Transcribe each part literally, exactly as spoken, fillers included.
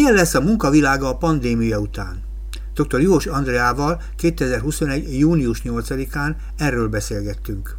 Milyen lesz a munkavilága a pandémia után? doktor Juhos Andreával kétezer-huszonegy. június nyolcadikán erről beszélgettünk.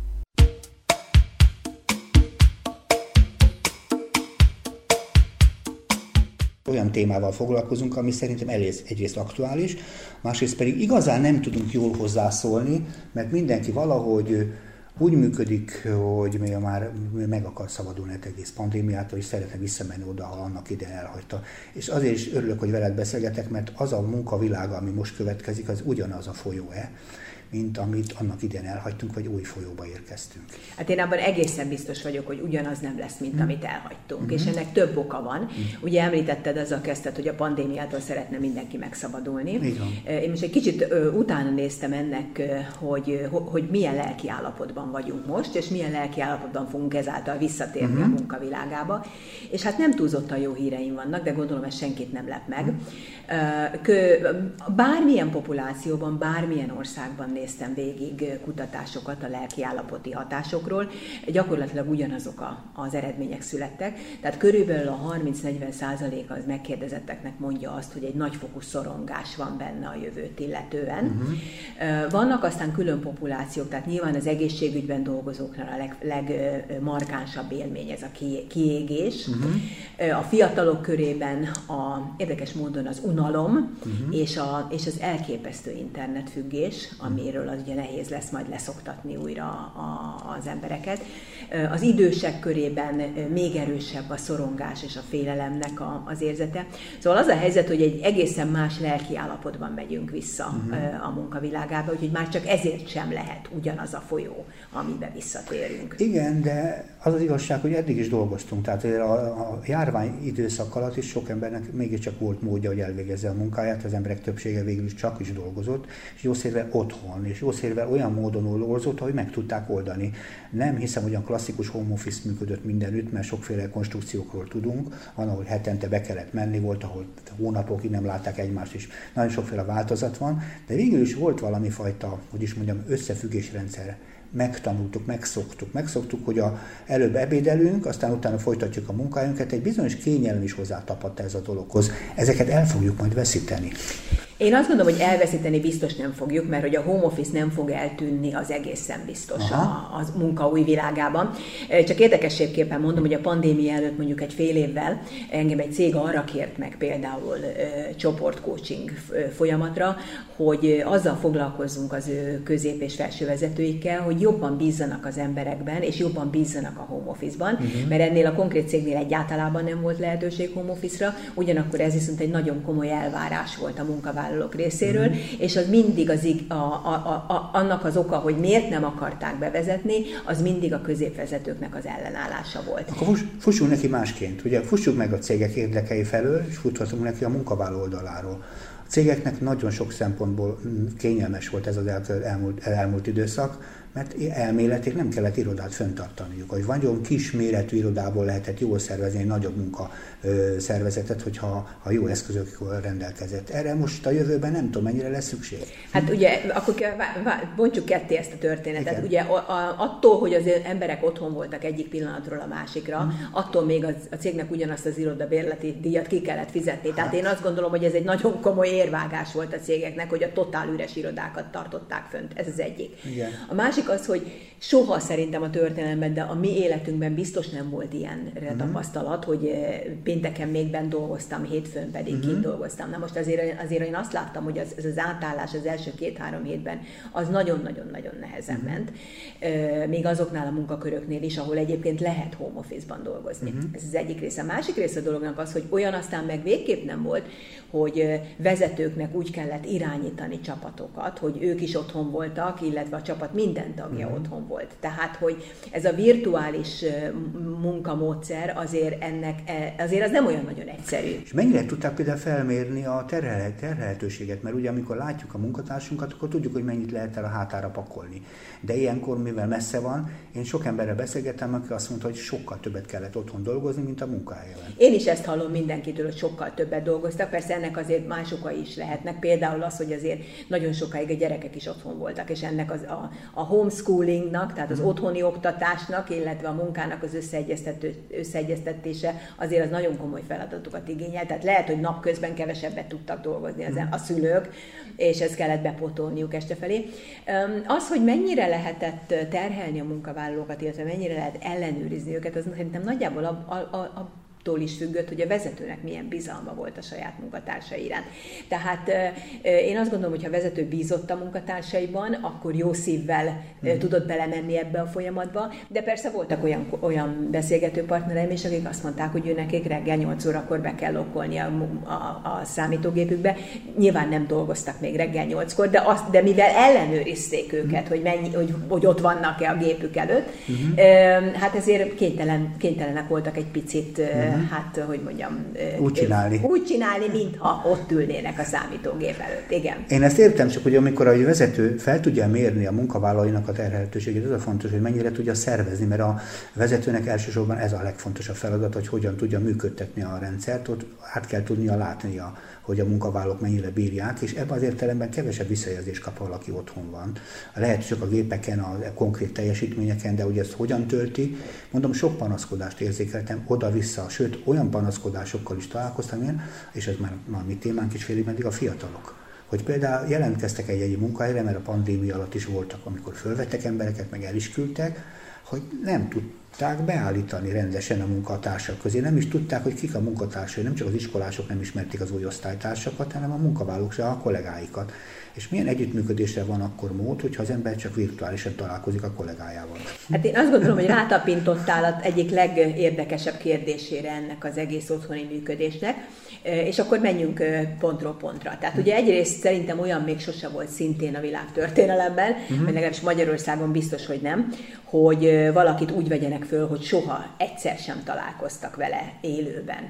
Olyan témával foglalkozunk, ami szerintem egyrészt aktuális, másrészt pedig igazán nem tudunk jól hozzászólni, mert mindenki valahogy úgy működik, hogy még már meg akar szabadulni egy egész pandémiától, és szeretne visszamenni oda, ahol annak idején elhagyta. És azért is örülök, hogy veled beszélgetek, mert az a munkavilága, ami most következik, az ugyanaz a folyó-e, mint amit annak idején elhagytunk, vagy új folyóba érkeztünk. Hát én abban egészen biztos vagyok, hogy ugyanaz nem lesz, mint hmm. amit elhagytunk. Hmm. És ennek több oka van. Hmm. Ugye említetted, azzal kezdted, hogy a pandémiától szeretne mindenki megszabadulni. Igen. Én most egy kicsit uh, utána néztem ennek, uh, hogy, uh, hogy milyen lelki állapotban vagyunk most, és milyen lelki állapotban fogunk ezáltal visszatérni hmm. a munkavilágába. És hát nem túlzottan jó híreim vannak, de gondolom ez senkit nem lep meg. Hmm. Uh, kö, bármilyen populációban, bármilyen országban néztem végig kutatásokat a lelki állapoti hatásokról, gyakorlatilag ugyanazok a, az eredmények születtek. Tehát körülbelül a harminc-negyven százalék az megkérdezetteknek mondja azt, hogy egy nagyfokú szorongás van benne a jövőt illetően. Uh-huh. Vannak aztán külön populációk, tehát nyilván az egészségügyben dolgozóknál a leg, legmarkánsabb élmény ez a kiégés. Uh-huh. A fiatalok körében a, érdekes módon az unalom uh-huh. és, a, és az elképesztő internetfüggés, amiről az ugye nehéz lesz majd leszoktatni újra a, az embereket. Az idősek körében még erősebb a szorongás és a félelemnek a, az érzete. Szóval az a helyzet, hogy egy egészen más lelki állapotban megyünk vissza uh-huh. a munkavilágába, úgyhogy már csak ezért sem lehet ugyanaz a folyó, amiben visszatérünk. Igen, de az az igazság, hogy eddig is dolgoztunk, tehát a, a járvány időszak alatt is sok embernek mégiscsak volt módja, hogy elvégezze a munkáját, az emberek többsége végül is csak is dolgozott, és jó szérve otthon, és jó szérve olyan módon dolgozott, hogy meg tudták oldani. Nem hiszem, hogy a klasszikus home office működött mindenütt, mert sokféle konstrukciókról tudunk, van, ahol hetente be kellett menni, volt, ahol hónapokig nem látták egymást, és nagyon sokféle változat van, de végül is volt valami fajta, hogy is mondjam, összefüggésrendszer. Megtanultuk, megszoktuk. Megszoktuk, hogy a, előbb ebédelünk, aztán utána folytatjuk a munkájunkat. Egy bizonyos kényelem is hozzátapadt ez a dologhoz. Ezeket el fogjuk majd veszíteni. Én azt gondolom, hogy elveszíteni biztos nem fogjuk, mert hogy a home office nem fog eltűnni, az egészen biztos a, a munka új világában. Csak érdekességképpen mondom, hogy a pandémia előtt mondjuk egy fél évvel engem egy cég arra kért meg például e, csoportcoaching folyamatra, hogy azzal foglalkozzunk az ő közép- és felsővezetőikkel, hogy jobban bízzanak az emberekben, és jobban bízzanak a home office-ban, uh-huh. mert ennél a konkrét cégnél egyáltalában nem volt lehetőség home office-ra, ugyanakkor ez viszont egy nagyon komoly elvárás volt a munkavállalók részéről, uh-huh. és az mindig az, a, a, a, a, annak az oka, hogy miért nem akarták bevezetni, az mindig a középvezetőknek az ellenállása volt. Akkor fussunk neki másként, ugye fussuk meg a cégek érdekei felől, és futhatunk neki a munkavállaló oldaláról. A cégeknek nagyon sok szempontból kényelmes volt ez az elmúlt, elmúlt időszak, mert elméletig nem kellett irodát fenntartaniuk. Hogy nagyon kis méretű irodából lehetett jól szervezni egy nagyobb munka szervezetet, hogyha ha jó eszközökkel rendelkezett. Erre most a jövőben nem tudom, mennyire lesz szükség. Hát ugye, akkor bontsuk ketté ezt a történetet. Igen. Ugye a, a, attól, hogy az emberek otthon voltak egyik pillanatról a másikra, hmm. attól még az, a cégnek ugyanazt az irodabérleti díjat ki kellett fizetni. Tehát hát. Én azt gondolom, hogy ez egy nagyon komoly érvágás volt a cégeknek, hogy a totál üres irodákat tartották fönt. Ez az egyik. Igen. A másik az, hogy soha szerintem a történelemben, de a mi életünkben biztos nem volt ilyen uh-huh. tapasztalat, hogy pénteken még benn dolgoztam, hétfőn pedig uh-huh. kint dolgoztam. Na most azért, azért én azt láttam, hogy az, ez az átállás az első két-három hétben az nagyon-nagyon-nagyon nehezen uh-huh. ment. Még azoknál a munkaköröknél is, ahol egyébként lehet home office-ban dolgozni. Uh-huh. Ez az egyik része. A másik része a dolognak az, hogy olyan aztán meg végképp nem volt, hogy vezetőknek úgy kellett irányítani csapatokat, hogy ők is otthon voltak, illetve a csapat minden tagja uh-huh. otthon volt. Tehát, hogy ez a virtuális munkamódszer azért ennek, azért az nem olyan nagyon egyszerű. És mennyire tudták például felmérni a terhelhetőséget? Mert ugye amikor látjuk a munkatársunkat, akkor tudjuk, hogy mennyit lehet el a hátára pakolni. De ilyenkor, mivel messze van, én sok emberrel beszélgettem, aki azt mondta, hogy sokkal többet kellett otthon dolgozni, mint a munkahelyen. Én is ezt hallom mindenkitől, hogy sokkal többet dolgoztak. Persze ennek azért más okai is lehetnek. Például az, hogy azért nagyon sokáig a gyerekek is otthon voltak, és ennek az, a, a home homeschoolingnak, tehát az otthoni oktatásnak, illetve a munkának az összeegyeztetése azért az nagyon komoly feladatokat igényel. Tehát lehet, hogy napközben kevesebbet tudtak dolgozni az, a szülők, és ezt kellett bepótolniuk este felé. Az, hogy mennyire lehetett terhelni a munkavállalókat, illetve mennyire lehet ellenőrizni őket, az szerintem nagyjából a, a, a tól is függött, hogy a vezetőnek milyen bizalma volt a saját munkatársai iránt. Tehát én azt gondolom, hogy ha a vezető bízott a munkatársaiban, akkor jó szívvel mm. tudott belemenni ebbe a folyamatba, de persze voltak olyan, olyan beszélgető partnereim is, akik azt mondták, hogy ő nekik reggel nyolc órakor be kell lokkolni a, a, a számítógépükbe. Nyilván nem dolgoztak még reggel nyolckor, de, azt, de mivel ellenőrizték őket, mm. hogy, mennyi, hogy, hogy ott vannak-e a gépük előtt, mm. hát ezért kénytelen, kénytelenek voltak egy picit mm. hát, hogy mondjam, úgy csinálni. úgy csinálni, mintha ott ülnének a számítógép előtt. Igen. Én ezt értem, csak hogy amikor a vezető fel tudja mérni a munkavállalóinak a terhelhetőségét, az a fontos, hogy mennyire tudja szervezni, mert a vezetőnek elsősorban ez a legfontosabb feladat, hogy hogyan tudja működtetni a rendszert, ott át kell tudnia látnia, hogy a munkavállalók mennyire bírják, és ebben az értelemben kevesebb visszajelzést kap, ha valaki otthon van. Lehet csak a gépeken, a konkrét teljesítményeken, de hogy ezt hogyan tölti, mondom, sok panaszkodást érzékeltem oda-vissza, sőt, olyan panaszkodásokkal is találkoztam én, és ez már a mi témánk is félig meddig a fiatalok. Hogy például jelentkeztek egy-egy munkahelyre, mert a pandémia alatt is voltak, amikor fölvettek embereket, meg el is küldtek, hogy nem tudták beállítani rendesen a munkatársak közé. Nem is tudták, hogy kik a munkatársai. Nem csak az iskolások nem ismerték az új osztálytársakat, hanem a munkavállalók se a kollégáikat. És milyen együttműködésre van akkor mód, hogyha az ember csak virtuálisan találkozik a kollégájával? Hát én azt gondolom, hogy rátapintottál az egyik legérdekesebb kérdésére ennek az egész otthoni működésnek, és akkor menjünk pontról pontra. Tehát ugye egyrészt szerintem olyan még sose volt szintén a világtörténelemben, uh-huh. vagy legalábbis Magyarországon biztos, hogy nem, hogy valakit úgy vegyenek föl, hogy soha egyszer sem találkoztak vele élőben.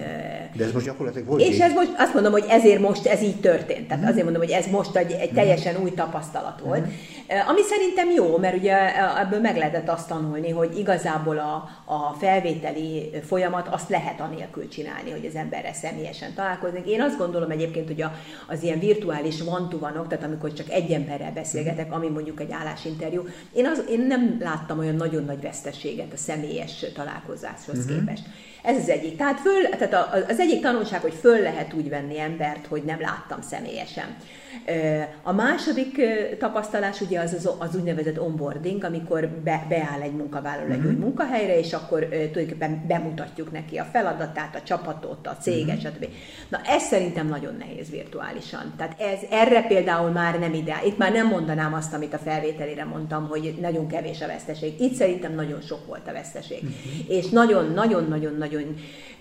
De ez most gyakorlatilag volt. És ez most, azt mondom, hogy ezért most ez így történt. Tehát azért mondom, hogy ez most egy, egy teljesen új tapasztalat volt. Ami szerintem jó, mert ugye ebből meg lehetett azt tanulni, hogy igazából a, a felvételi folyamat azt lehet anélkül csinálni, hogy az emberre személyesen találkozik. Én azt gondolom egyébként, hogy a, az ilyen virtuális one-to-one-ok, tehát amikor csak egy emberrel beszélgetek, ami mondjuk egy állásinterjú, én, az, én nem láttam olyan nagyon nagy veszteséget a személyes találkozáshoz uh-huh. képest. Ez az egyik. Tehát, föl, tehát az egyik tanulság, hogy föl lehet úgy venni embert, hogy nem láttam személyesen. A második tapasztalás ugye az, az, az úgynevezett onboarding, amikor be, beáll egy munkavállaló egy új munkahelyre, és akkor tulajdonképpen bemutatjuk neki a feladatát, a csapatot, a céget, stb. Na ez szerintem nagyon nehéz virtuálisan. Tehát ez, erre például már nem ideál. Itt már nem mondanám azt, amit a felvételére mondtam, hogy nagyon kevés a veszteség. Itt szerintem nagyon sok volt a veszteség. Uh-huh. És nagyon-nagyon-nagyon-nagyon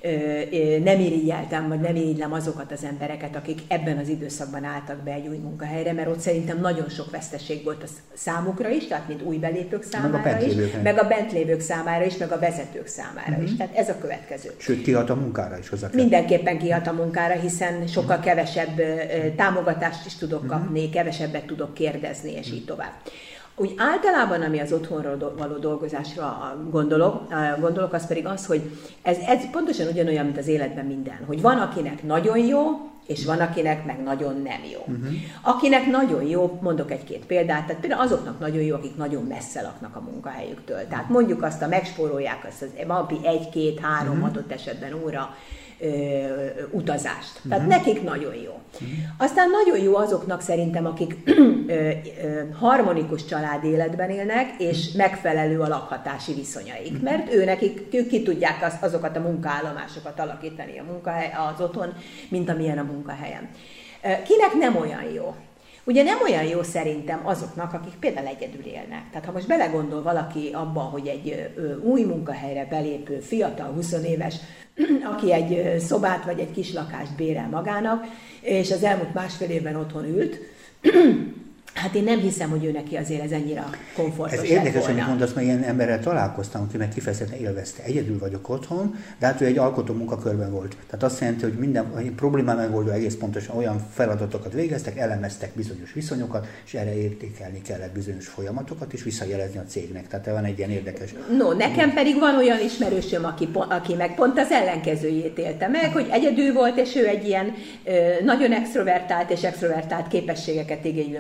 nem irigyeltem, vagy nem irigylem azokat az embereket, akik ebben az időszakban álltak be egy új munkahelyre, mert ott szerintem nagyon sok veszteség volt a számukra is, tehát mint új belépők számára meg is, meg a bent lévők számára is, meg a vezetők számára uh-huh. is. Tehát ez a következő. Sőt, kihat a munkára is hozzá kell. Mindenképpen kihat a munkára, hiszen sokkal kevesebb támogatást is tudok kapni, uh-huh. kevesebbet tudok kérdezni, és uh-huh. így tovább. Úgy általában, ami az otthonról való dolgozásra gondolok, gondolok, az pedig az, hogy ez, ez pontosan ugyanolyan, mint az életben minden, hogy van, akinek nagyon jó, és van, akinek meg nagyon nem jó. Uh-huh. Akinek nagyon jó, mondok egy-két példát, tehát például azoknak nagyon jó, akik nagyon messze laknak a munkahelyüktől. Tehát mondjuk azt a megspórolják azt az napi egy-két-három uh-huh. adott esetben óra Ö, utazást. Tehát uh-huh. nekik nagyon jó. Uh-huh. Aztán nagyon jó azoknak szerintem, akik ö, ö, harmonikus családéletben élnek, és megfelelő a lakhatási viszonyaik. Uh-huh. Mert ő nekik, ők ki tudják az, azokat a munkaállomásokat alakítani a munkahely, az otthon, mint amilyen a munkahelyen. Kinek nem olyan jó? Ugye nem olyan jó szerintem azoknak, akik például egyedül élnek. Tehát ha most belegondol valaki abba, hogy egy ö, új munkahelyre belépő fiatal, húsz éves, aki egy szobát vagy egy kis lakást bérel magának, és az elmúlt másfél évben otthon ült, hát én nem hiszem, hogy ő neki azért ez ennyire komfortos lett volna. Ez érdekes, amit mondasz, mert ilyen emberrel találkoztam, aki meg kifejezetten élvezte. Egyedül vagyok otthon, de hát ő egy alkotó munkakörben volt. Tehát azt jelenti, hogy minden problémám megoldó egész pontosan olyan feladatokat végeztek, elemeztek bizonyos viszonyokat, és erre értékelni kellett bizonyos folyamatokat, és visszajelezni a cégnek. Tehát van egy ilyen érdekes... No, nekem pedig van olyan ismerősöm, aki, aki meg pont az ellenkezőjét élte meg, hogy egyedül volt, és ő egy ilyen ö, nagyon extrovertált és extrovertált képességeket igénylő munka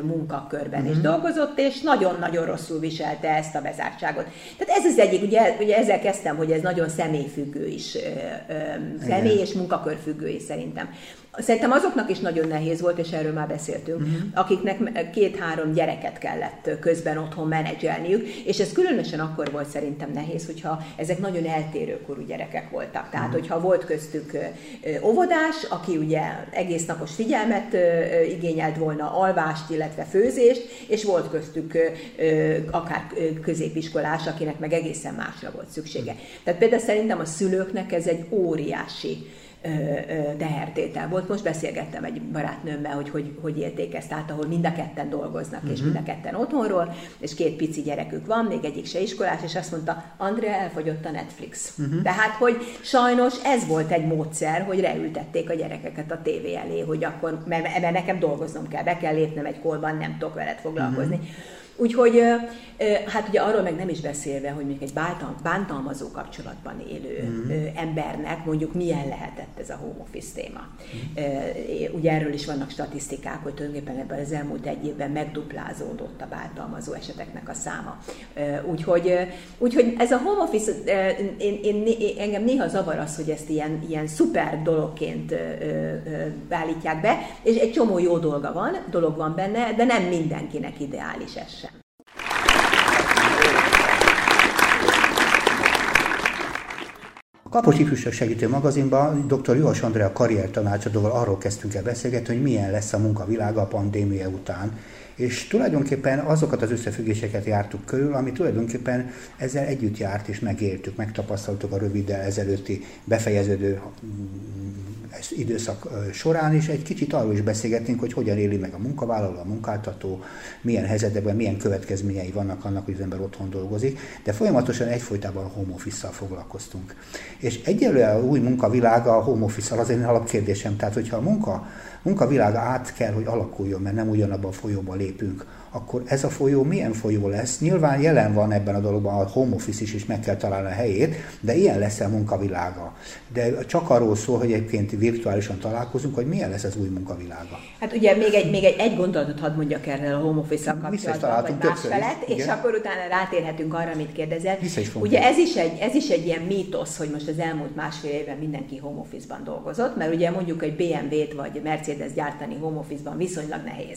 munkakörben mm-hmm. is dolgozott, és nagyon-nagyon rosszul viselte ezt a bezártságot. Tehát ez az egyik, ugye, ugye ezzel kezdtem, hogy ez nagyon személyfüggő is, személy és munkakörfüggő is szerintem. Szerintem azoknak is nagyon nehéz volt, és erről már beszéltünk, uh-huh. akiknek két-három gyereket kellett közben otthon menedzselniük, és ez különösen akkor volt szerintem nehéz, hogyha ezek nagyon eltérő korú gyerekek voltak. Tehát, uh-huh. hogyha volt köztük óvodás, aki ugye egész napos figyelmet igényelt volna, alvást, illetve főzést, és volt köztük akár középiskolás, akinek meg egészen másra volt szüksége. Tehát például szerintem a szülőknek ez egy óriási tehertétel volt. Most beszélgettem egy barátnőmmel, hogy hogy, hogy élték ezt át, ahol mind a ketten dolgoznak, uh-huh. és mind a ketten otthonról, és két pici gyerekük van, még egyik se iskolás, és azt mondta, Andrea, elfogyott a Netflix. Uh-huh. Tehát, hogy sajnos ez volt egy módszer, hogy reültették a gyerekeket a tévé elé, hogy akkor, mert, mert nekem dolgoznom kell, be kell lépnem egy korban, nem tudok veled foglalkozni. Uh-huh. Úgyhogy, hát ugye arról meg nem is beszélve, hogy mondjuk egy bántalmazó kapcsolatban élő mm. embernek mondjuk milyen lehetett ez a home office téma. Mm. Ugye erről is vannak statisztikák, hogy tulajdonképpen ebben az elmúlt egy évben megduplázódott a bántalmazó eseteknek a száma. Úgyhogy, úgyhogy ez a home office, én, én, engem néha zavar az, hogy ezt ilyen, ilyen szuper dologként állítják be, és egy csomó jó dolga van, dolog van benne, de nem mindenkinek ideális ez sem. A Kapos Ifjúság Segítő Magazinban dr. Juhas Andrea karriertanácsadóval arról kezdtünk el beszélgetni, hogy milyen lesz a munkavilága a pandémia után. És tulajdonképpen azokat az összefüggéseket jártuk körül, ami tulajdonképpen ezzel együtt járt és megéltük, megtapasztaltuk a röviddel ezelőtti befejeződő időszak során, és egy kicsit arról is beszélgettünk, hogy hogyan éli meg a munkavállaló, a munkáltató, milyen helyzetekben, milyen következményei vannak annak, hogy az ember otthon dolgozik, de folyamatosan egyfolytában a home office-szal foglalkoztunk. És egyelőre a új munkavilága a home office-szal az én alapkérdésem, tehát hogyha a munka, munkavilága át kell, hogy alakuljon, mert nem ugyanabban a folyóban lépünk, akkor ez a folyó milyen folyó lesz? Nyilván jelen van ebben a dologban a home office is, és meg kell találni a helyét, de ilyen lesz a munkavilága. De csak arról szól, hogy egyébként virtuálisan találkozunk, hogy milyen lesz az új munkavilága. Hát ugye még egy, még egy, egy gondolatot hadd mondjak erre a home office-szal kapcsolatban, vagy más felett, és igen. akkor utána rátérhetünk arra, amit kérdezel. Ugye ez is, egy, ez is egy ilyen mítosz, hogy most az elmúlt másfél évben mindenki home office-ban dolgozott, mert ugye mondjuk egy bé em vé-t vagy Mercedes gyártani home office-ban viszonylag nehéz.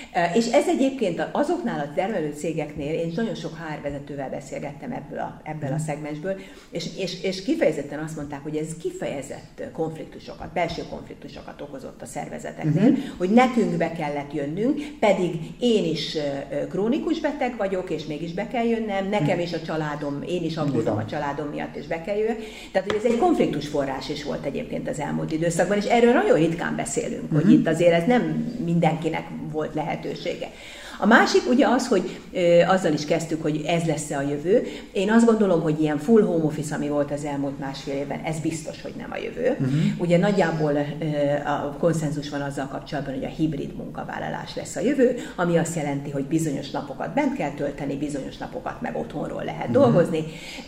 És ez egyébként azoknál a termelő cégeknél, én nagyon sok há er vezetővel beszélgettem ebből a, ebből a szegmensből, és, és, és kifejezetten azt mondták, hogy ez kifejezett konfliktusokat, belső konfliktusokat okozott a szervezeteknél, uh-huh. hogy nekünk be kellett jönnünk, pedig én is krónikus beteg vagyok, és mégis be kell jönnem, nekem és a családom, én is aggódom a családom miatt, és be kell jöjjek. Tehát, hogy ez egy konfliktus forrás is volt egyébként az elmúlt időszakban, és erről nagyon ritkán beszélünk, uh-huh. hogy itt azért ez nem mindenkinek volt lehetősége. A másik ugye az, hogy ö, azzal is kezdtük, hogy ez lesz-e a jövő. Én azt gondolom, hogy ilyen full home office, ami volt az elmúlt másfél évben, ez biztos, hogy nem a jövő. Uh-huh. Ugye nagyjából ö, a konszenzus van azzal kapcsolatban, hogy a hibrid munkavállalás lesz a jövő, ami azt jelenti, hogy bizonyos napokat bent kell tölteni, bizonyos napokat meg otthonról lehet uh-huh. dolgozni.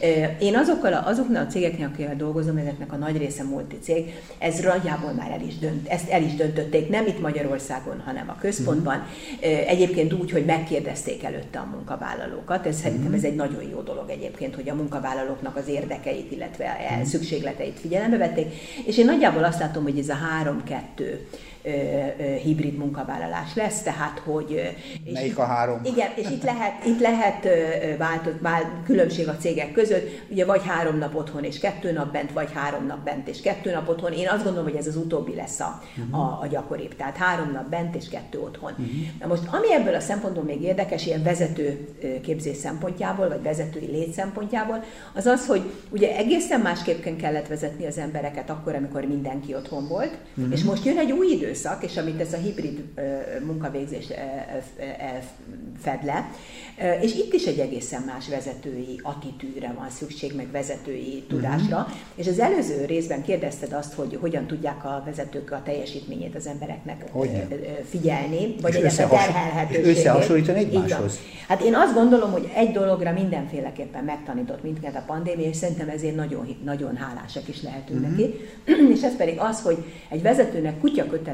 Én azokkal a, azoknál a cégeknél, akikkel dolgozom, ezeknek a nagy része multicég, ez nagyjából már el is dönt, ezt el is döntötték, nem itt Magyarországon, hanem a központban. Uh-huh. Egyébként úgy, hogy megkérdezték előtte a munkavállalókat. Ez szerintem ez egy nagyon jó dolog egyébként, hogy a munkavállalóknak az érdekeit, illetve a szükségleteit figyelembe vették. És én nagyjából azt látom, hogy ez a három-kettő hibrid munkavállalás lesz, tehát hogy... Melyik a három? Igen, és itt lehet, itt lehet változ, vált, különbség a cégek között, ugye vagy három nap otthon és kettő nap bent, vagy három nap bent és kettő nap otthon. Én azt gondolom, hogy ez az utóbbi lesz a, uh-huh. a, a gyakoribb, tehát három nap bent és kettő otthon. Uh-huh. Na most, ami ebből a szempontból még érdekes, ilyen vezető képzés szempontjából, vagy vezetői lét szempontjából, az az, hogy ugye egészen másképpen kellett vezetni az embereket akkor, amikor mindenki otthon volt, uh-huh. és most jön egy új idő, időszak, és amit ez a hibrid uh, munkavégzés uh, uh, fed le. Uh, és itt is egy egészen más vezetői attitűdre van szükség, meg vezetői tudásra. Uh-huh. És az előző részben kérdezted azt, hogy hogyan tudják a vezetők a teljesítményét az embereknek uh, figyelni, vagy egyáltalán terhelhetőségét. És összehasonlítani egymáshoz. Hát én azt gondolom, hogy egy dologra mindenféleképpen megtanított minket a pandémia, és szerintem ezért nagyon, nagyon hálásak is lehetünk uh-huh. neki. És ez pedig az, hogy egy vezetőnek kutya kötelező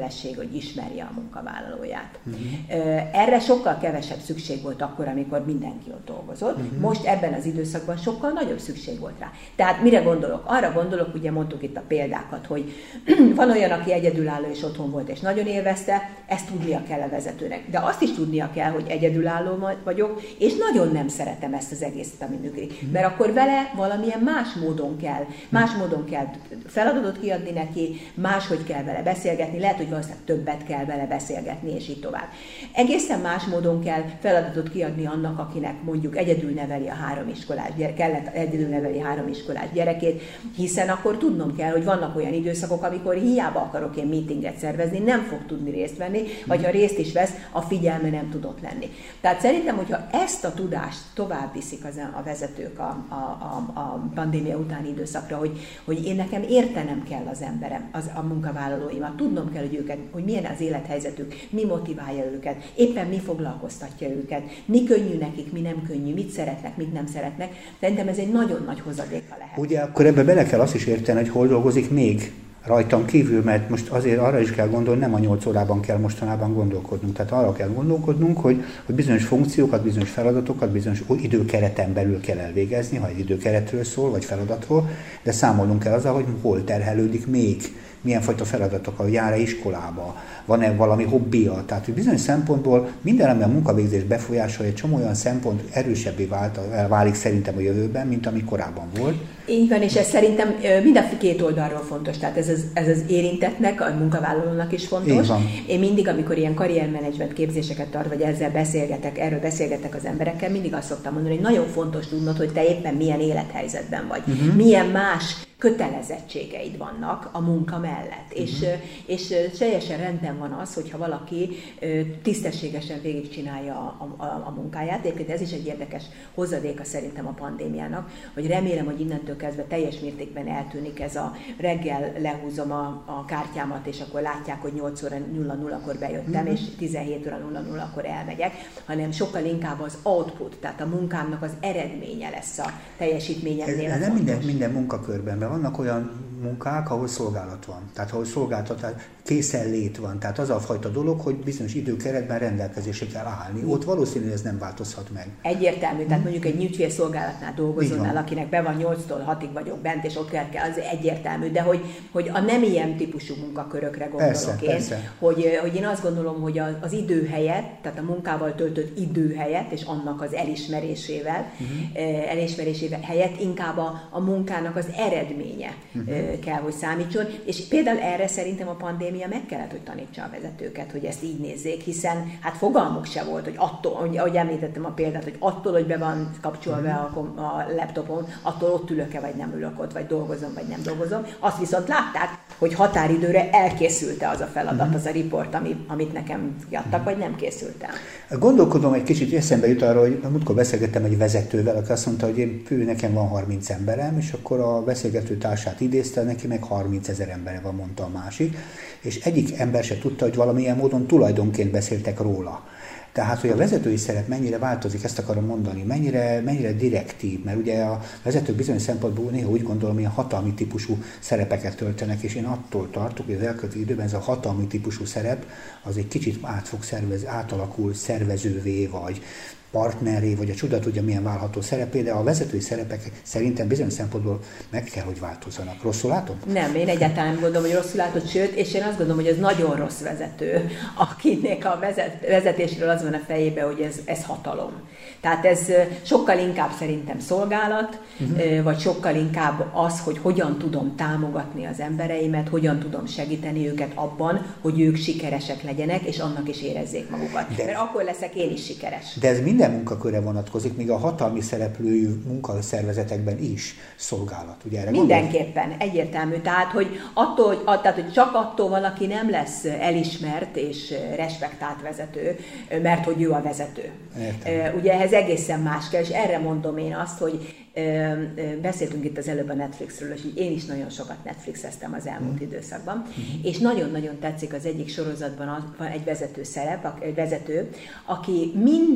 kötelesség, hogy ismerje a munkavállalóját. Uh-huh. Erre sokkal kevesebb szükség volt akkor, amikor mindenki ott dolgozott. Uh-huh. Most ebben az időszakban sokkal nagyobb szükség volt rá. Tehát mire gondolok? Arra gondolok, ugye mondtuk itt a példákat, hogy van olyan, aki egyedülálló és otthon volt, és nagyon élvezte, ezt tudnia kell a vezetőnek. De azt is tudnia kell, hogy egyedülálló vagyok, és nagyon nem szeretem ezt az egészet, ami működik. Uh-huh. Mert akkor vele valamilyen más módon kell, más módon kell feladatot kiadni neki, máshogy kell vele beszélgetni, lehet, hogy valószínűleg többet kell vele beszélgetni, és így tovább. Egészen más módon kell feladatot kiadni annak, akinek mondjuk egyedül neveli a három iskolás gyerek, kellett egyedül neveli három iskolás gyerekét, hiszen akkor tudnom kell, hogy vannak olyan időszakok, amikor hiába akarok én meetinget szervezni, nem fog tudni részt venni, vagy ha részt is vesz, a figyelme nem tudott lenni. Tehát szerintem, hogyha ezt a tudást tovább viszik az a vezetők a, a, a, a pandémia utáni időszakra, hogy, hogy én nekem értenem kell az emberem, az, a munkavállalóimat, tudnom kell, hogy őket, hogy milyen az élethelyzetük, mi motiválja őket, éppen mi foglalkoztatja őket, mi könnyű nekik, mi nem könnyű, mit szeretnek, mit nem szeretnek. Szerintem ez egy nagyon nagy hozadéka lehet. Ugye akkor ebbe bele kell azt is érteni, hogy hol dolgozik még rajtam kívül, mert most azért arra is kell gondolni, nem a nyolc órában kell mostanában gondolkodnunk. Tehát arra kell gondolkodnunk, hogy, hogy bizonyos funkciókat, bizonyos feladatokat, bizonyos időkereten belül kell elvégezni, ha egy időkeretről szól, vagy feladatról, de számolnunk kell azzal, hogy hol terhelődik még, milyen fajta feladatok, jár-e iskolába, van-e valami hobbija. Tehát, hogy bizonyos szempontból minden, ami a munkavégzés befolyásolja, egy csomó olyan szempont erősebbé vált, válik szerintem a jövőben, mint ami korábban volt. Így van, és ez szerintem mind a két oldalról fontos. Tehát ez az, ez az érintettnek, a munkavállalónak is fontos. Én mindig, amikor ilyen karriermenedzsment képzéseket tart, vagy ezzel beszélgetek, erről beszélgetek az emberekkel, mindig azt szoktam mondani, hogy nagyon fontos tudnod, hogy te éppen milyen élethelyzetben vagy. Uh-huh. Milyen más kötelezettségeid vannak a munka mellett. Uh-huh. És, és teljesen rendben van az, hogyha valaki tisztességesen végigcsinálja a, a, a munkáját. Egyébként ez is egy érdekes hozadéka szerintem a pandémiának, hogy remélem, hogy innentől kezdve teljes mértékben eltűnik ez a reggel lehúzom a, a kártyámat, és akkor látják, hogy nyolc óra nulla nullakor bejöttem, uh-huh. és tizenhét óra nulla nullakor elmegyek, hanem sokkal inkább az output, tehát a munkámnak az eredménye lesz a teljesítményemnél. Ez nem minden, minden munkakörben, mert vannak olyan munkák, ahol szolgálat van. Tehát ahol szolgáltatás, készenlét van. Tehát az a fajta dolog, hogy bizonyos időkeretben rendelkezésre kell állni. Ott valószínűleg ez nem változhat meg. Egyértelmű. Tehát mondjuk egy ügyfélszolgálatnál dolgozónál, akinek be van nyolctól hatig vagyok bent, és ott kell, az egyértelmű. De hogy, hogy a nem ilyen típusú munkakörökre gondolok persze, én, persze. Hogy, hogy én azt gondolom, hogy az idő helyett, tehát a munkával töltött idő helyett, és annak az elismerésével, uh-huh. elismerésével helyett inkább a, a munkának az eredménye uh-huh. kell, hogy számítson. És például erre szerintem a pandémia meg kellett, hogy tanítsa a vezetőket, hogy ezt így nézzék, hiszen hát fogalmuk se volt, hogy attól, ahogy említettem a példát, hogy attól, hogy be van kapcsolva a, a laptopon, attól ott ülök-e, vagy nem ülök ott, vagy dolgozom, vagy nem dolgozom. Azt viszont látták, hogy határidőre elkészült-e az a feladat, az a riport, ami, amit nekem adtak, vagy nem készült el. Gondolkodom egy kicsit, eszembe jut arra, hogy múltkor beszélgettem egy vezetővel, aki azt mondta, hogy én, ő, nekem van harminc emberem, és akkor a beszélgető társát idézte, neki meg harmincezer embere van, mondta a másik, és egyik ember se tudta, hogy valamilyen módon tulajdonként beszéltek róla. Tehát, hogy a vezetői szerep mennyire változik, ezt akarom mondani, mennyire, mennyire direktív, mert ugye a vezetők bizonyos szempontból néha úgy gondolom, hogy hatalmi típusú szerepeket töltenek, és én attól tartok, hogy az elkövetkező időben ez a hatalmi típusú szerep az egy kicsit át fog szervez, átalakul szervezővé, vagy partneré, vagy a csuda tudja milyen válható szerepé, de a vezetői szerepek szerintem bizonyos szempontból meg kell, hogy változzanak. Rosszul látom? Nem, én egyáltalán nem gondolom, hogy rosszul látod, sőt, és én azt gondolom, hogy ez nagyon rossz vezető, akinek a vezet, vezetésről az van a fejében, hogy ez, ez hatalom. Tehát ez sokkal inkább szerintem szolgálat, uh-huh. vagy sokkal inkább az, hogy hogyan tudom támogatni az embereimet, hogyan tudom segíteni őket abban, hogy ők sikeresek legyenek, és annak is érezzék magukat. De, mert akkor leszek én is sikeres. De ez minden munkakörre vonatkozik, még a hatalmi szereplői munkaszervezetekben is szolgálat. Ugye erre mindenképpen, gondolsz? Egyértelmű. Tehát hogy, attól, hogy, tehát, hogy csak attól valaki nem lesz elismert és respektált vezető, mert hogy ő a vezető. Értem. Ugye ehhez egészen más kell, és erre mondom én azt, hogy beszéltünk itt az előbb a Netflixről, és én is nagyon sokat Netflixeztem az elmúlt mm. időszakban, mm. és nagyon-nagyon tetszik az egyik sorozatban van egy vezető szerep, egy vezető, aki minden egyes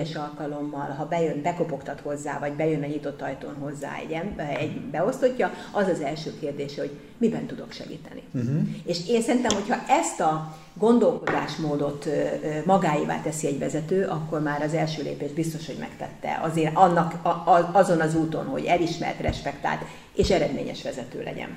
egyes alkalommal, ha bejön, bekopogtat hozzá, vagy bejön a nyitott ajtón hozzá egy, egy beosztottja, az az első kérdés, hogy miben tudok segíteni. Uh-huh. És én szerintem, hogyha ezt a gondolkodásmódot magáévá teszi egy vezető, akkor már az első lépés biztos, hogy megtette azért annak, a, a, azon az úton, hogy elismert, respektált és eredményes vezető legyen.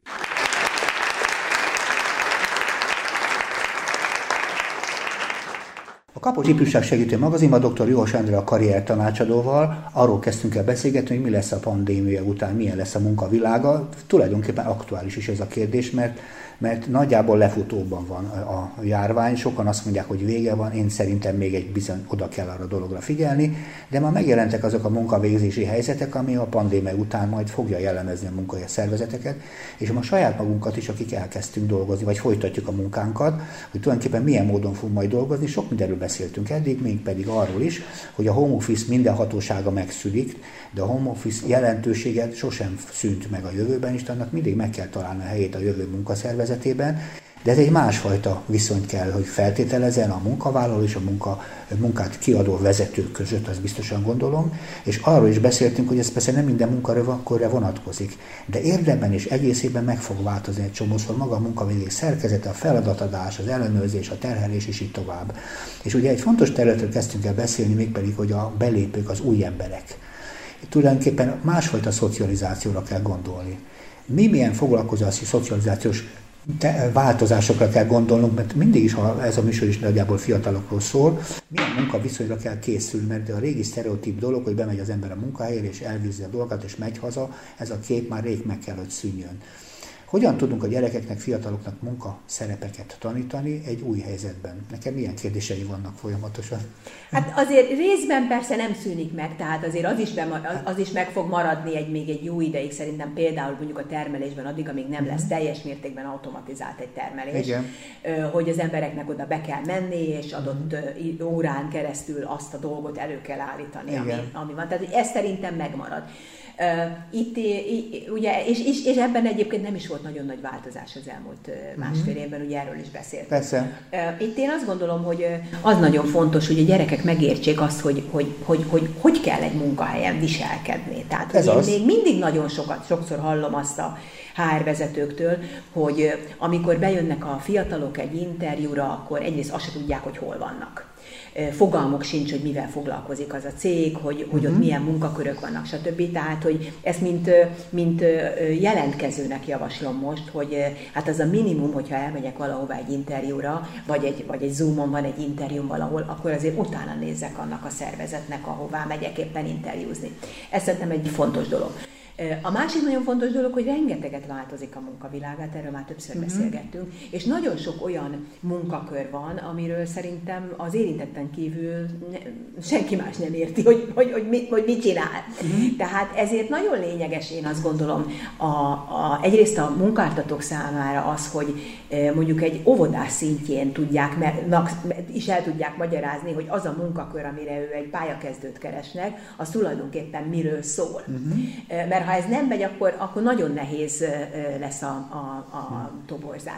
A Kapocs Ifjúság Segítő Magazinban dr. Juhas Endre a karrier tanácsadóval arról kezdtünk el beszélgetni, hogy mi lesz a pandémia után, milyen lesz a munkavilága. Tulajdonképpen aktuális is ez a kérdés, mert, mert nagyjából lefutóban van a járvány. Sokan azt mondják, hogy vége van, én szerintem még egy bizony oda kell arra a dologra figyelni, de már megjelentek azok a munkavégzési helyzetek, ami a pandémia után majd fogja jellemezni a munkahely szervezeteket, és ma saját magunkat is, akik elkezdtünk dolgozni, vagy folytatjuk a munkánkat, hogy tulajdonképpen milyen módon fogunk majd dolgozni, sok mindenről beszéltünk eddig, még pedig arról is, hogy a home office minden hatósága megszűnik, de a home office jelentősége sosem szűnt meg a jövőben, és annak mindig meg kell találni a helyét a jövő munkaszervezetében, de ez egy másfajta viszonyt kell, hogy feltételezzen a munkavállaló és a munka, munkát kiadó vezetők között, azt biztosan gondolom, és arról is beszéltünk, hogy ez persze nem minden munkakörre vonatkozik, de érdemben és egészében meg fog változni egy csomószor maga a munkavégzés szerkezete, a feladatadás, az ellenőrzés, a terhelés és így tovább. És ugye egy fontos területről kezdtünk el beszélni, mégpedig, hogy a belépők, az új emberek. Tulajdonképpen másfajta szocializációra kell gondolni. Mi milyen foglalkozási szocializációs Te, változásokra kell gondolnunk, mert mindig is, ha ez a műsor is nagyjából fiatalokról szól, milyen munkaviszonyra kell készülni, mert a régi sztereotíp dolog, hogy bemegy az ember a munkahelyére, és elvizzi a dolgokat, és megy haza, ez a kép már rég meg kell, hogy szűnjön. Hogyan tudunk a gyerekeknek, fiataloknak munkaszerepeket tanítani egy új helyzetben? Nekem milyen kérdései vannak folyamatosan? Hát azért részben persze nem szűnik meg, tehát azért az is, be, az is meg fog maradni egy, még egy jó ideig, szerintem például mondjuk a termelésben addig, amíg nem lesz teljes mértékben automatizált egy termelés. Igen. Hogy az embereknek oda be kell menni, és adott órán keresztül azt a dolgot elő kell állítani, ami, ami van. Tehát ez szerintem megmarad. Itt, ugye, és, és, és ebben egyébként nem is volt nagyon nagy változás az elmúlt másfél évben, ugye erről is beszéltünk. Persze. Itt én azt gondolom, hogy az nagyon fontos, hogy a gyerekek megértsék azt, hogy hogy, hogy, hogy, hogy kell egy munkahelyen viselkedni. Tehát, hogy én az. még mindig nagyon sokat, sokszor hallom azt a há er vezetőktől, hogy amikor bejönnek a fiatalok egy interjúra, akkor egyrészt azt se tudják, hogy hol vannak. Fogalmuk sincs, hogy mivel foglalkozik az a cég, hogy, hogy ott milyen munkakörök vannak, stb. Tehát, hogy ezt mint, mint jelentkezőnek javaslom most, hogy hát az a minimum, hogyha elmegyek valahova egy interjúra, vagy egy, vagy egy Zoomon van egy interjúm valahol, akkor azért utána nézzek annak a szervezetnek, ahová megyek éppen interjúzni. Ez szerintem egy fontos dolog. A másik nagyon fontos dolog, hogy rengeteget változik a munkavilágát, erről már többször uh-huh. beszélgettünk, és nagyon sok olyan munkakör van, amiről szerintem az érintetten kívül senki más nem érti, hogy, hogy, hogy, mit, hogy mit csinál. Uh-huh. Tehát ezért nagyon lényeges, én azt gondolom, a, a, egyrészt a munkáltatók számára az, hogy mondjuk egy óvodás szintjén tudják, is el tudják magyarázni, hogy az a munkakör, amire ő egy pályakezdőt keresnek, az tulajdonképpen miről szól. Uh-huh. Mert ha ez nem megy, akkor, akkor nagyon nehéz lesz a, a, a toborzás.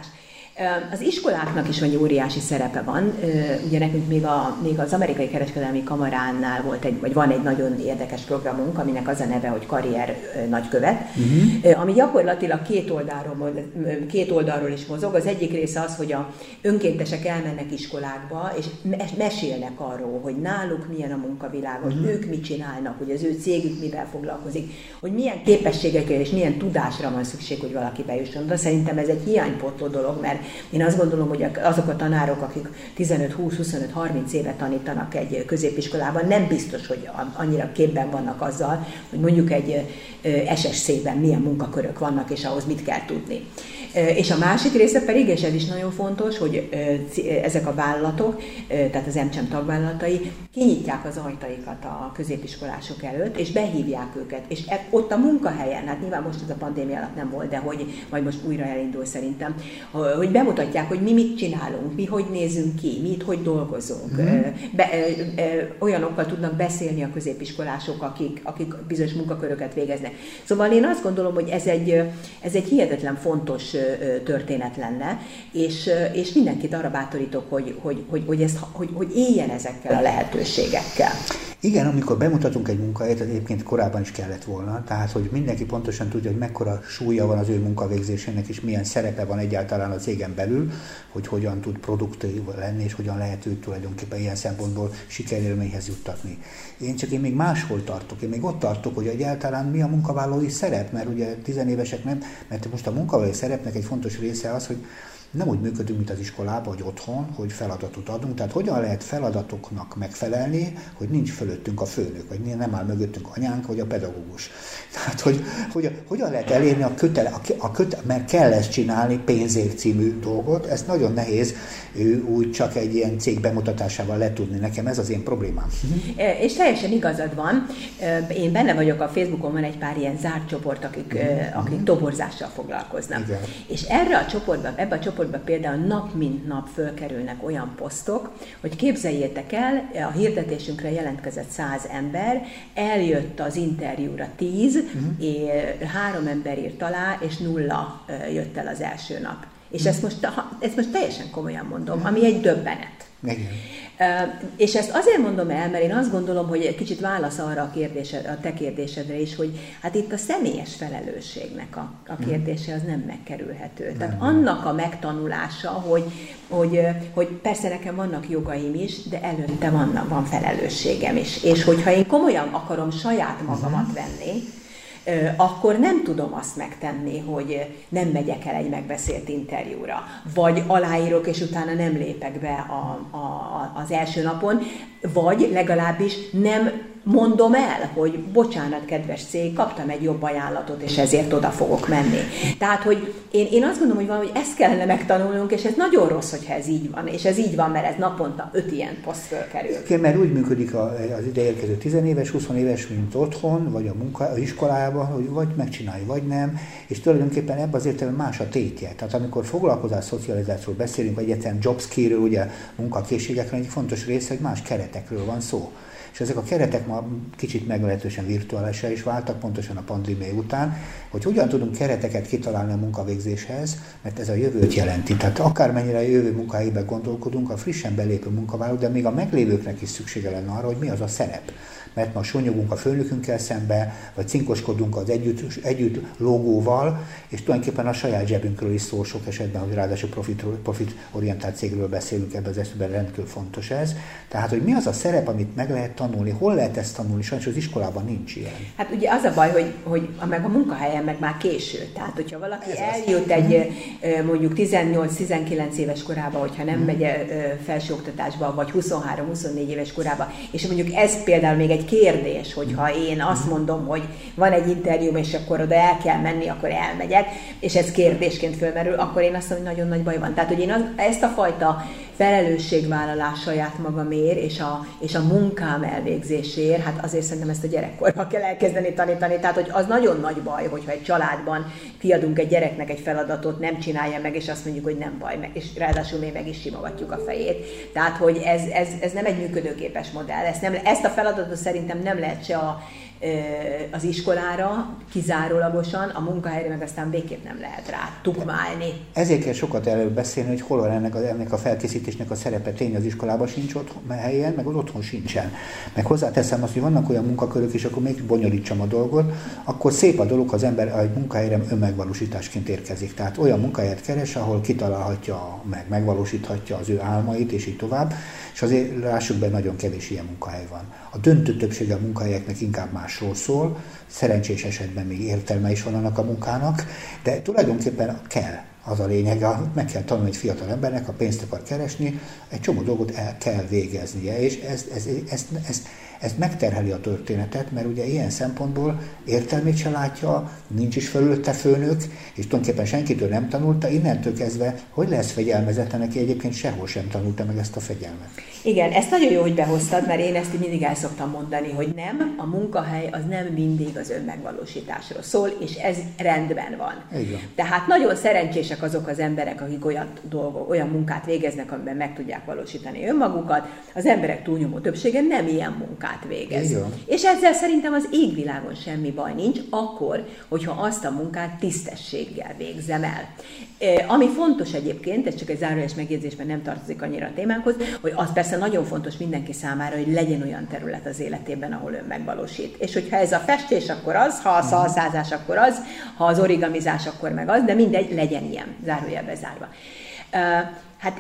Az iskoláknak is egy óriási szerepe van. Ugye nekünk még, a, még az Amerikai Kereskedelmi Kamaránál volt egy, vagy van egy nagyon érdekes programunk, aminek az a neve, hogy Karrier Nagykövet, uh-huh. ami gyakorlatilag két oldalról, két oldalról is mozog. Az egyik része az, hogy a önkéntesek elmennek iskolákba, és mesélnek arról, hogy náluk milyen a munkavilág, hogy uh-huh. ők mit csinálnak, hogy az ő cégük mivel foglalkozik, hogy milyen képességekre és milyen tudásra van szükség, hogy valaki bejusson. De szerintem ez egy hiánypótló dolog, mert én azt gondolom, hogy azok a tanárok, akik tizenöt, húsz, huszonöt, harminc éve tanítanak egy középiskolában, nem biztos, hogy annyira képben vannak azzal, hogy mondjuk egy es es cé-ben milyen munkakörök vannak, és ahhoz mit kell tudni. És a másik része pedig, és ez is nagyon fontos, hogy ezek a vállalatok, tehát az EMCSEM tagvállalatai kinyitják az ajtaikat a középiskolások előtt, és behívják őket. És ott a munkahelyen, hát nyilván most ez a pandémia alatt nem volt, de hogy majd most újra elindul szerintem, hogy bemutatják, hogy mi mit csinálunk, mi hogy nézünk ki, mi itt hogy dolgozunk. Mm. Be, olyanokkal tudnak beszélni a középiskolások, akik, akik bizonyos munkaköröket végeznek. Szóval én azt gondolom, hogy ez egy, ez egy hihetetlen fontos történet lenne, és, és mindenkit arra bátorítok, hogy, hogy, hogy, hogy, ezt, hogy, hogy éljen ezekkel a lehetőségekkel. Igen, amikor bemutatunk egy munkahelyet, az egyébként korábban is kellett volna, tehát hogy mindenki pontosan tudja, hogy mekkora súlya van az ő munkavégzésének, és milyen szerepe van egyáltalán a cégen belül, hogy hogyan tud produktív lenni, és hogyan lehet őt tulajdonképpen ilyen szempontból sikerélményhez juttatni. Én csak én még máshol tartok, én még ott tartok, hogy egyáltalán mi a munkavállalói szerep, mert ugye tizenévesek nem, mert most a munkavállalói szerepnek egy fontos része az, hogy nem úgy működünk, mint az iskolában, vagy otthon, hogy feladatot adunk. Tehát hogyan lehet feladatoknak megfelelni, hogy nincs fölöttünk a főnök, vagy nem áll mögöttünk anyánk, vagy a pedagógus. Tehát, hogy, hogy hogyan lehet elérni a kötele, a, a kötele, mert kell ezt csinálni, pénzért című dolgot, ezt nagyon nehéz úgy csak egy ilyen cég bemutatásával letudni. Nekem ez az én problémám. És teljesen igazad van. Én benne vagyok, a Facebookon van egy pár ilyen zárt csoport, akik, mm-hmm. akik toborzással foglalkoznak. Igen. És erre a csoportba, ebbe a csoportban például nap mint nap fölkerülnek olyan posztok, hogy képzeljétek el, a hirdetésünkre jelentkezett száz ember, eljött az interjúra tíz, uh-huh. és három ember írt alá, és nulla jött el az első nap. És uh-huh. ezt, most, ezt most teljesen komolyan mondom, ami egy döbbenet. Igen. Uh, és ezt azért mondom el, mert én azt gondolom, hogy egy kicsit válasz arra a, kérdésed, a te kérdésedre is, hogy hát itt a személyes felelősségnek a, a kérdése az nem megkerülhető. Nem, Tehát nem. annak a megtanulása, hogy, hogy, hogy persze nekem vannak jogaim is, de előtte van, van felelősségem is. És hogyha én komolyan akarom saját magamat venni, akkor nem tudom azt megtenni, hogy nem megyek el egy megbeszélt interjúra, vagy aláírok, és utána nem lépek be a, a, az első napon, vagy legalábbis nem mondom el, hogy bocsánat, kedves cég, kaptam egy jobb ajánlatot, és ezért oda fogok menni. Tehát, hogy én, én azt gondolom, hogy valahogy ezt kellene megtanulnunk, és ez nagyon rossz, hogyha ez így van, és ez így van, mert ez naponta öt ilyen poszt fölkerül. Igen, mert úgy működik az ideérkező tizenéves, huszonéves, mint otthon, vagy a munka, az iskolában, hogy vagy megcsinálj, vagy nem, és tulajdonképpen ebben az értelemben más a tétje. Tehát amikor foglalkozás szocializációról beszélünk, vagy egyáltalán job skill-ről, ugye munkakészségekről, egy fontos része, hogy más keretekről van szó. És ezek a keretek ma kicsit meglehetősen virtuálisra is váltak, pontosan a pandémia után, hogy hogyan tudunk kereteket kitalálni a munkavégzéshez, mert ez a jövőt jelenti. Tehát akármennyire a jövő munkahelyében gondolkodunk, a frissen belépő munkavállalók, de még a meglévőknek is szüksége lenne arra, hogy mi az a szerep. Mert ma sonyogunk a főnökünkkel szembe, vagy cinkoskodunk az együtt, együtt logóval, és tulajdonképpen a saját zsebünkről is szól sok esetben, hogy ráadásul profit, profit orientált cégről beszélünk, ebben az esetben rendkívül fontos ez. Tehát, hogy mi az a szerep, amit meg lehet tanulni, hol lehet ezt tanulni, sajnos az iskolában nincs ilyen. Hát ugye az a baj, hogy, hogy meg a munkahelyen meg már késő. Tehát, hogyha valaki ez eljut az. egy mondjuk tizennyolc-tizenkilenc éves korába, hogyha nem hmm. megy felsőoktatásba, vagy huszonhárom-huszonnégy éves korába, és mondjuk ez például még egy kérdés, hogyha én azt mondom, hogy van egy interjúm, és akkor oda el kell menni, akkor elmegyek, és ez kérdésként fölmerül, akkor én azt mondom, hogy nagyon nagy baj van. Tehát, hogy én az, ezt a fajta felelősségvállalás saját magamért, és a, és a munkám elvégzéséért, hát azért szerintem ezt a gyerekkorban kell elkezdeni tanítani. Tehát, hogy az nagyon nagy baj, hogyha egy családban kiadunk egy gyereknek egy feladatot, nem csinálja meg, és azt mondjuk, hogy nem baj, meg, és ráadásul még meg is simogatjuk a fejét. Tehát, hogy ez, ez, ez nem egy működőképes modell. Ezt, nem, ezt a feladatot szerintem nem lehet se a az iskolára kizárólagosan, a munkahelyre meg aztán végképp nem lehet rá tukmálni. Ezért kell sokat előbb beszélni, hogy hol van ennek a, ennek a felkészítésnek a szerepe. Tény, az iskolában sincs otthon, helyen, meg az otthon sincsen. Meg hozzáteszem azt, hogy vannak olyan munkakörök, és akkor még bonyolítsam a dolgot, akkor szép a dolog, az ember egy munkahelyre önmegvalósításként érkezik. Tehát olyan munkahelyet keres, ahol kitalálhatja, meg megvalósíthatja az ő álmait, és így tovább. És azért lássuk be, nagyon kevés ilyen munkahely van. A döntő többsége a munkahelyeknek inkább másról szól, szerencsés esetben még értelme is van annak a munkának, de tulajdonképpen kell. Az a lényeg, meg kell tanulni egy fiatal embernek, ha pénzt akar keresni, egy csomó dolgot el kell végeznie, és ez, ez, ez, ez, ez megterheli a történetet, mert ugye ilyen szempontból értelmét se látja, nincs is fölötte főnök, és tulajdonképpen senkitől nem tanulta, innentől kezdve, hogy lesz fegyelmezetlen, neki egyébként sehol sem tanulta meg ezt a fegyelmet. Igen, ezt nagyon jó, hogy behoztad, mert én ezt így mindig el szoktam mondani, hogy nem, a munkahely az nem mindig az önmegvalósításról szól, és ez rendben van. Igen. Tehát nagyon szerencsések kevesek azok az emberek, akik olyan, dolgok, olyan munkát végeznek, amiben meg tudják valósítani önmagukat. Az emberek túlnyomó többsége nem ilyen munkát végez. Igen. És ezzel szerintem az égvilágon semmi baj nincs, akkor, hogyha azt a munkát tisztességgel végzem el. Ami fontos egyébként, ez csak egy zárójeles megjegyzésben nem tartozik annyira a témánkhoz, hogy az persze nagyon fontos mindenki számára, hogy legyen olyan terület az életében, ahol ön megvalósít. És hogyha ez a festés, akkor az, ha a szalszázás, akkor az, ha az origamizás, akkor meg az, de mindegy, legyen ilyen, zárójelbe zárva. Hát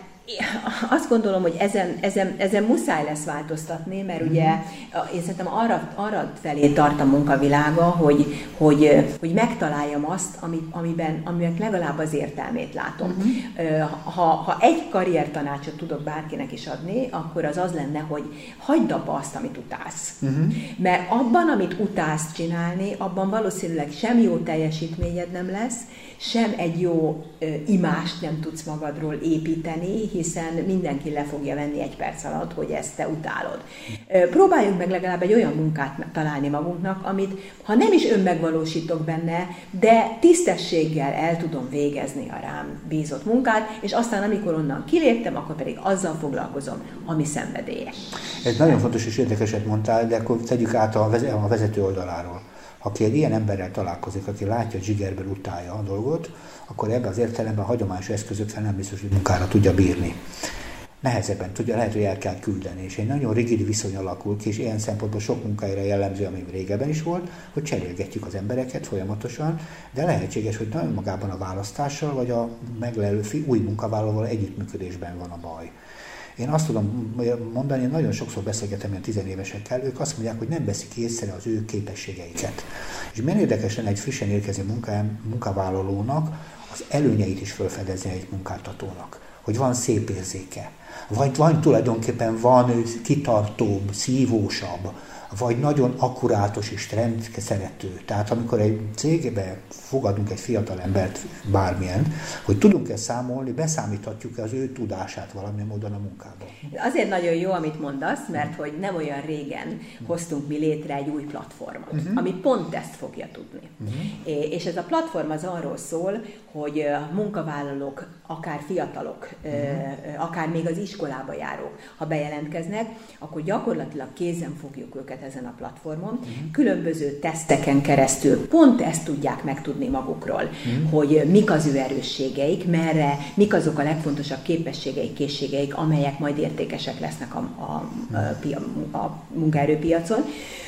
azt gondolom, hogy ezen, ezen, ezen muszáj lesz változtatni, mert ugye én szerintem arra, arra felé tart a munkavilága, hogy, hogy, hogy megtaláljam azt, amit, amiben, amiben legalább az értelmét látom. Uh-huh. Ha, ha egy karriertanácsot tudok bárkinek is adni, akkor az az lenne, hogy hagyd abba azt, amit utálsz. Uh-huh. Mert abban, amit utálsz csinálni, abban valószínűleg sem jó teljesítményed nem lesz, sem egy jó ö, imást nem tudsz magadról építeni, hiszen mindenki le fogja venni egy perc alatt, hogy ezt te utálod. Ö, próbáljunk meg legalább egy olyan munkát találni magunknak, amit, ha nem is önmegvalósítok benne, de tisztességgel el tudom végezni a rám bízott munkát, és aztán, amikor onnan kiléptem, akkor pedig azzal foglalkozom, ami szenvedélyes. Ez nagyon fontos és érdekeset mondtál, de akkor tegyük át a vezető oldaláról. Aki egy ilyen emberrel találkozik, aki látja, hogy zsigerből utálja a dolgot, akkor ebben az értelemben a hagyományos eszközökkel nem biztos, hogy munkára tudja bírni. Nehezebben tudja, lehet, hogy el kell küldeni, és egy nagyon rigid viszony alakul ki, és ilyen szempontból sok munkáira jellemző, ami régebben is volt, hogy cserélgetjük az embereket folyamatosan, de lehetséges, hogy nagyon magában a választással, vagy a meglelő új munkavállalóval együttműködésben van a baj. Én azt tudom mondani, én nagyon sokszor beszélgetem ilyen tizenévesekkel, ők azt mondják, hogy nem veszik észre az ő képességeiket. És milyen érdekesen egy frissen érkező munkavállalónak az előnyeit is felfedezni egy munkáltatónak, hogy van szép érzéke, vagy van tulajdonképpen van kitartóbb, szívósabb, vagy nagyon akkurátus és trendszerető. Tehát amikor egy cégbe fogadunk egy fiatal embert, bármilyen, hogy tudunk-e számolni, beszámíthatjuk-e az ő tudását valamilyen módon a munkában. Azért nagyon jó, amit mondasz, mert hogy nem olyan régen hoztunk mi létre egy új platformot, uh-huh. ami pont ezt fogja tudni. Uh-huh. És ez a platform az arról szól, hogy munkavállalók, akár fiatalok, uh-huh. akár még az iskolába járók, ha bejelentkeznek, akkor gyakorlatilag kézen fogjuk őket ezen a platformon. Uh-huh. Különböző teszteken keresztül pont ezt tudják megtudni magukról, uh-huh. hogy mik az ő erősségeik, merre, mik azok a legfontosabb képességeik, készségeik, amelyek majd értékesek lesznek a, a, a, a munkaerőpiacon.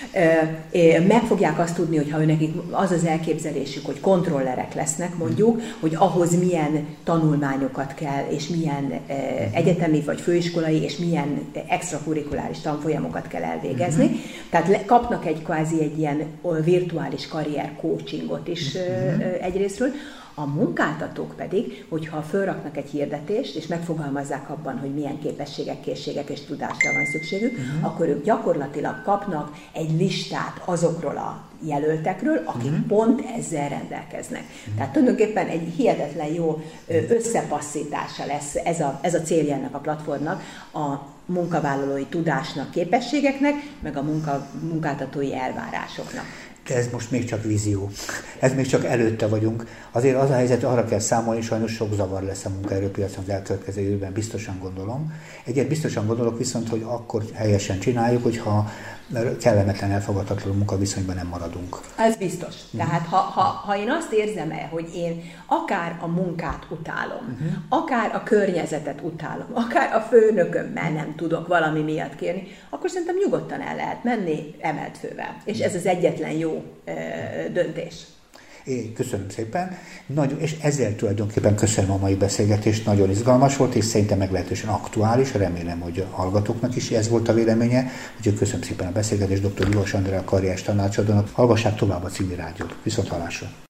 Meg fogják azt tudni, hogy ha nekik az az elképzelésük, hogy kontrollerek lesznek mondjuk, hogy ahhoz milyen tanulmányokat kell, és milyen egyetemi vagy főiskolai, és milyen extrakurikuláris tanfolyamokat kell elvégezni. Uh-huh. Tehát kapnak egy kvázi egy ilyen virtuális karrier coachingot is uh-huh. egyrésztről. A munkáltatók pedig, hogyha fölraknak egy hirdetést, és megfogalmazzák abban, hogy milyen képességek, készségek és tudásra van szükségük, uh-huh. akkor ők gyakorlatilag kapnak egy listát azokról a jelöltekről, akik uh-huh. pont ezzel rendelkeznek. Uh-huh. Tehát tulajdonképpen egy hihetetlen jó összepasszítása lesz ez a, ez a célja ennek a platformnak, a munkavállalói tudásnak, képességeknek, meg a munka, munkáltatói elvárásoknak. De ez most még csak vízió. Ez még csak előtte vagyunk. Azért az a helyzet, arra kell számolni, sajnos sok zavar lesz a munkaerőpiacon az elkövetkező időben, biztosan gondolom. Egyet biztosan gondolok viszont, hogy akkor helyesen csináljuk, hogyha kellemetlen, elfogadhatatlan munkaviszonyban nem maradunk. Ez biztos. Tehát ha, ha, ha én azt érzem el, hogy én akár a munkát utálom, uh-huh. akár a környezetet utálom, akár a főnökömmel nem tudok valami miatt kérni, akkor szerintem nyugodtan el lehet menni emelt fővel. És ez az egyetlen jó ö, döntés. Én köszönöm szépen, nagyon, és ezzel tulajdonképpen köszönöm a mai beszélgetést, nagyon izgalmas volt, és szerintem meglehetősen aktuális, remélem, hogy a hallgatóknak is ez volt a véleménye, úgyhogy köszönöm szépen a beszélgetést, dr. Juhas Andrea karrieres tanácsadónak, hallgassák tovább a Civil Rádiót. Viszont hallásra!